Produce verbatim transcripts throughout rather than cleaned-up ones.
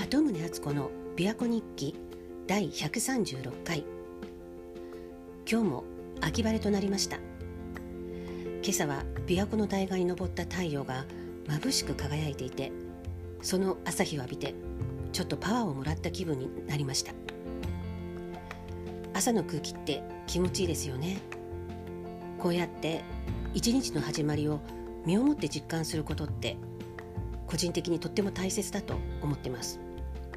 鳩宗敦子の琵琶湖日記だいひゃくさんじゅうろっかい。今日も秋晴れとなりました。今朝は琵琶湖の対岸に昇った太陽が眩しく輝いていて、その朝日を浴びてちょっとパワーをもらった気分になりました。朝の空気って気持ちいいですよね。こうやって一日の始まりを身をもって実感することって個人的にとっても大切だと思ってます。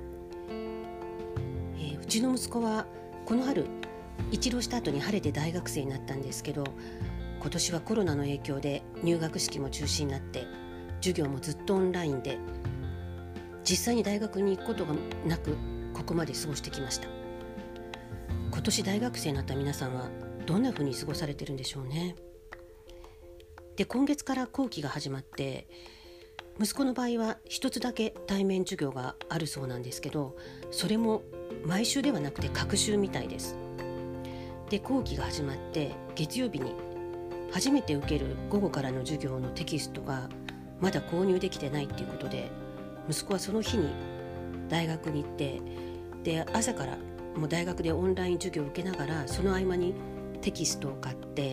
えー、うちの息子はこの春一浪した後に晴れて大学生になったんですけど、今年はコロナの影響で入学式も中止になって授業もずっとオンラインで、実際に大学に行くことがなくここまで過ごしてきました。今年大学生になった皆さんはどんなふうに過ごされてるんでしょうね。で、今月から後期が始まって、息子の場合は一つだけ対面授業があるそうなんですけど、それも毎週ではなくて隔週みたいです。で、後期が始まって月曜日に初めて受ける午後からの授業のテキストがまだ購入できてないっていうことで、息子はその日に大学に行って、で朝からもう大学でオンライン授業を受けながら、その合間にテキストを買って、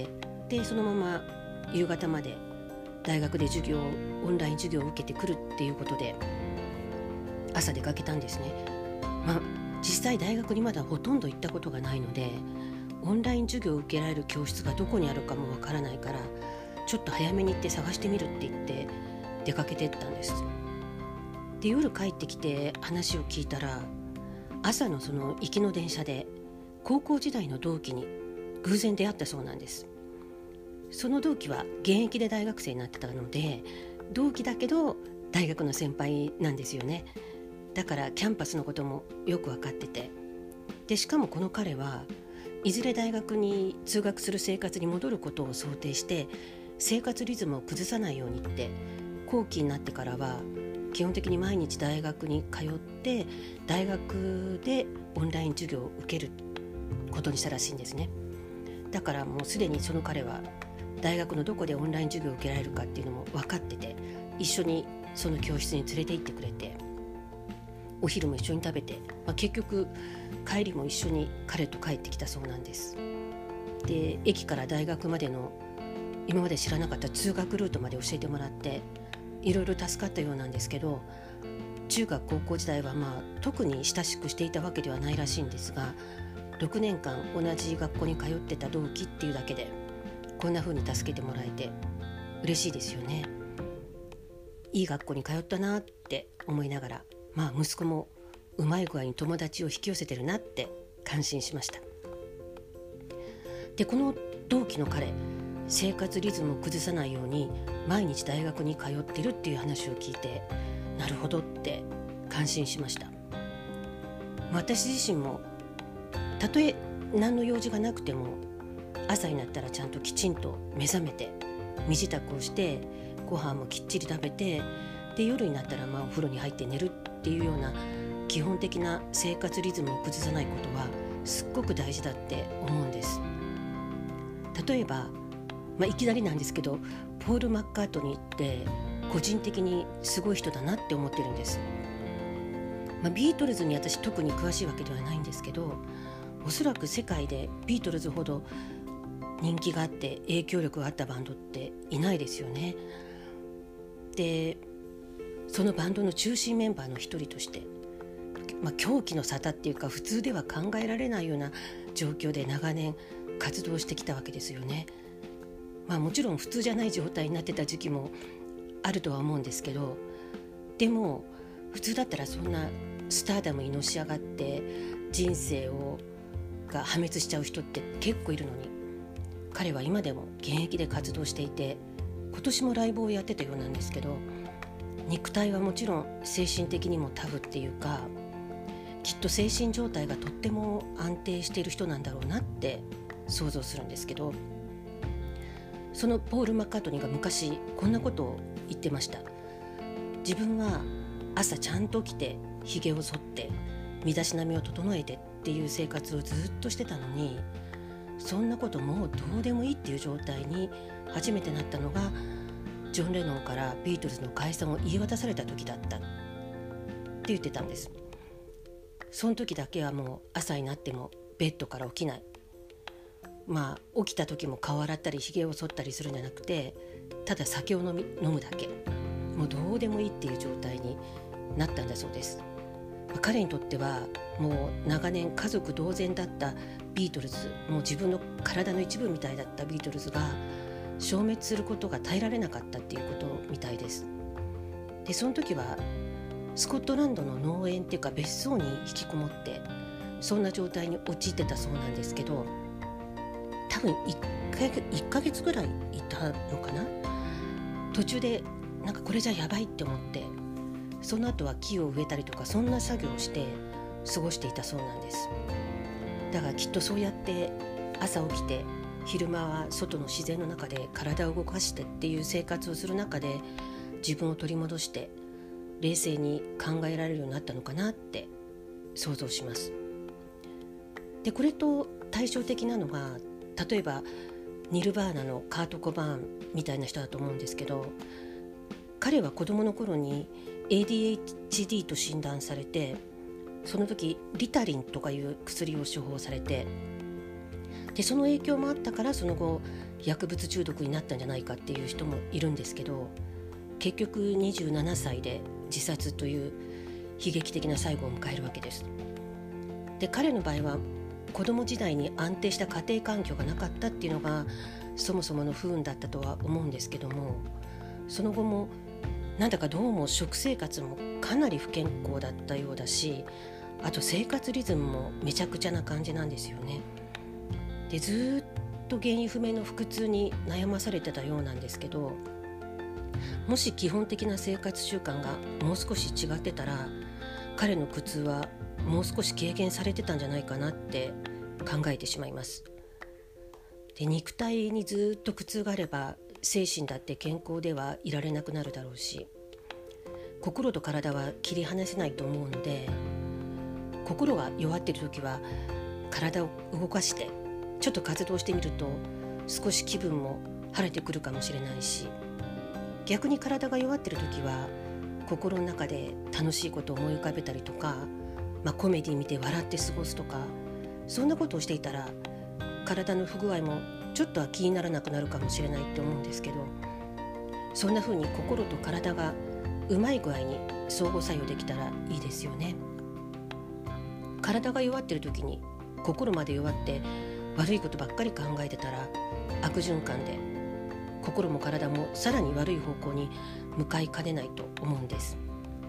でそのまま夕方まで大学で授業オンライン授業を受けてくるっていうことで朝出かけたんですね。まあ実際大学にまだほとんど行ったことがないので、オンライン授業を受けられる教室がどこにあるかもわからないから、ちょっと早めに行って探してみるって言って出かけてったんです。で、夜帰ってきて話を聞いたら、朝のその行きの電車で高校時代の同期に偶然出会ったそうなんです。その同期は現役で大学生になってたので、同期だけど大学の先輩なんですよね。だからキャンパスのこともよく分かってて、でしかもこの彼はいずれ大学に通学する生活に戻ることを想定して、生活リズムを崩さないようにって後期になってからは基本的に毎日大学に通って、大学でオンライン授業を受けることにしたらしいんですね。だからもうすでにその彼は大学のどこでオンライン授業を受けられるかっていうのも分かってて、一緒にその教室に連れて行ってくれて、お昼も一緒に食べて、まあ、結局帰りも一緒に彼と帰ってきたそうなんです。で、駅から大学までの今まで知らなかった通学ルートまで教えてもらって、いろいろ助かったようなんですけど、中学高校時代はまあ特に親しくしていたわけではないらしいんですが、ろくねんかん同じ学校に通ってた同期っていうだけでこんな風に助けてもらえて嬉しいですよね。いい学校に通ったなって思いながら、まあ息子もうまい具合に友達を引き寄せてるなって感心しました。で、この同期の彼、生活リズムを崩さないように毎日大学に通ってるっていう話を聞いて、なるほどって感心しました。私自身もたとえ何の用事がなくても、朝になったらちゃんときちんと目覚めて身支度をして、ご飯もきっちり食べて、で夜になったらまあお風呂に入って寝るっていうような基本的な生活リズムを崩さないことはすっごく大事だって思うんです。例えば、まあ、いきなりなんですけど、ポール・マッカートニーって個人的にすごい人だなって思ってるんです。まあ、ビートルズに私特に詳しいわけではないんですけど、おそらく世界でビートルズほど人気があって影響力があったバンドっていないですよね。で、そのバンドの中心メンバーの一人として、まあ、狂気の沙汰っていうか、普通では考えられないような状況で長年活動してきたわけですよね。まあ、もちろん普通じゃない状態になってた時期もあるとは思うんですけど、でも普通だったらそんなスターダムにのし上がって人生をが破滅しちゃう人って結構いるのに、彼は今でも現役で活動していて、今年もライブをやってたようなんですけど、肉体はもちろん精神的にもタフっていうか、きっと精神状態がとっても安定している人なんだろうなって想像するんですけど、そのポール・マッカートニーが昔こんなことを言ってました。自分は朝ちゃんと起きてひげを剃って身だしなみを整えてっていう生活をずっとしてたのに、そんなこともうどうでもいいっていう状態に初めてなったのが、ジョン・レノンからビートルズの解散を言い渡された時だったって言ってたんです。 その時だけはもう朝になってもベッドから起きない。まあ起きた時も顔洗ったりひげを剃ったりするんじゃなくて、ただ酒を飲み飲むだけ、もうどうでもいいっていう状態になったんだそうです。まあ、彼にとってはもう長年家族同然だったビートルズ、もう自分の体の一部みたいだったビートルズが消滅することが耐えられなかったっていうことみたいです。でその時はスコットランドの農園っていうか別荘に引きこもって、そんな状態に陥ってたそうなんですけど、多分いっかげつぐらいいたのかな。途中でなんかこれじゃやばいって思って、その後は木を植えたりとかそんな作業をして過ごしていたそうなんです。だからきっとそうやって朝起きて昼間は外の自然の中で体を動かしてっていう生活をする中で、自分を取り戻して冷静に考えられるようになったのかなって想像します。でこれと対照的なのが、例えばニルバーナのカート・コバーンみたいな人だと思うんですけど、彼は子供の頃に エーディーエイチディー と診断されて、その時リタリンとかいう薬を処方されて、でその影響もあったからその後薬物中毒になったんじゃないかっていう人もいるんですけど、結局にじゅうななさいで自殺という悲劇的な最後を迎えるわけです。で彼の場合は子供時代に安定した家庭環境がなかったっていうのがそもそもの不運だったとは思うんですけども、その後もなんだかどうも食生活もかなり不健康だったようだし、あと生活リズムもめちゃくちゃな感じなんですよね。でずっと原因不明の腹痛に悩まされてたようなんですけど、もし基本的な生活習慣がもう少し違ってたら、彼の苦痛はもう少し軽減されてたんじゃないかなって考えてしまいます。で肉体にずっと苦痛があれば精神だって健康ではいられなくなるだろうし、心と体は切り離せないと思うので、心が弱っている時は体を動かしてちょっと活動してみると少し気分も晴れてくるかもしれないし、逆に体が弱っている時は心の中で楽しいことを思い浮かべたりとか、まあ、コメディ見て笑って過ごすとか、そんなことをしていたら体の不具合もちょっとは気にならなくなるかもしれないって思うんですけど、そんな風に心と体がうまい具合に相互作用できたらいいですよね。体が弱っている時に心まで弱って悪いことばっかり考えてたら悪循環で心も体もさらに悪い方向に向かいかねないと思うんです。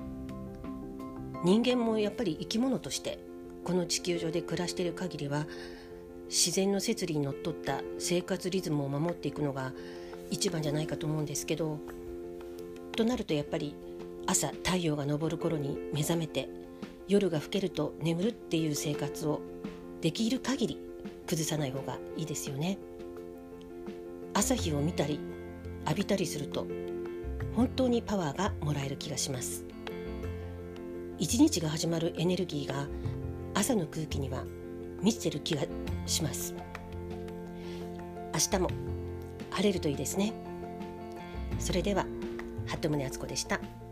人間もやっぱり生き物としてこの地球上で暮らしている限りは、自然の摂理にのっとった生活リズムを守っていくのが一番じゃないかと思うんですけど、となるとやっぱり朝太陽が昇る頃に目覚めて、夜が更けると眠るっていう生活をできる限り崩さない方がいいですよね。朝日を見たり浴びたりすると本当にパワーがもらえる気がします。一日が始まるエネルギーが朝の空気には満ちてる気がします。明日も晴れるといいですね。それでは鳩宗敦子でした。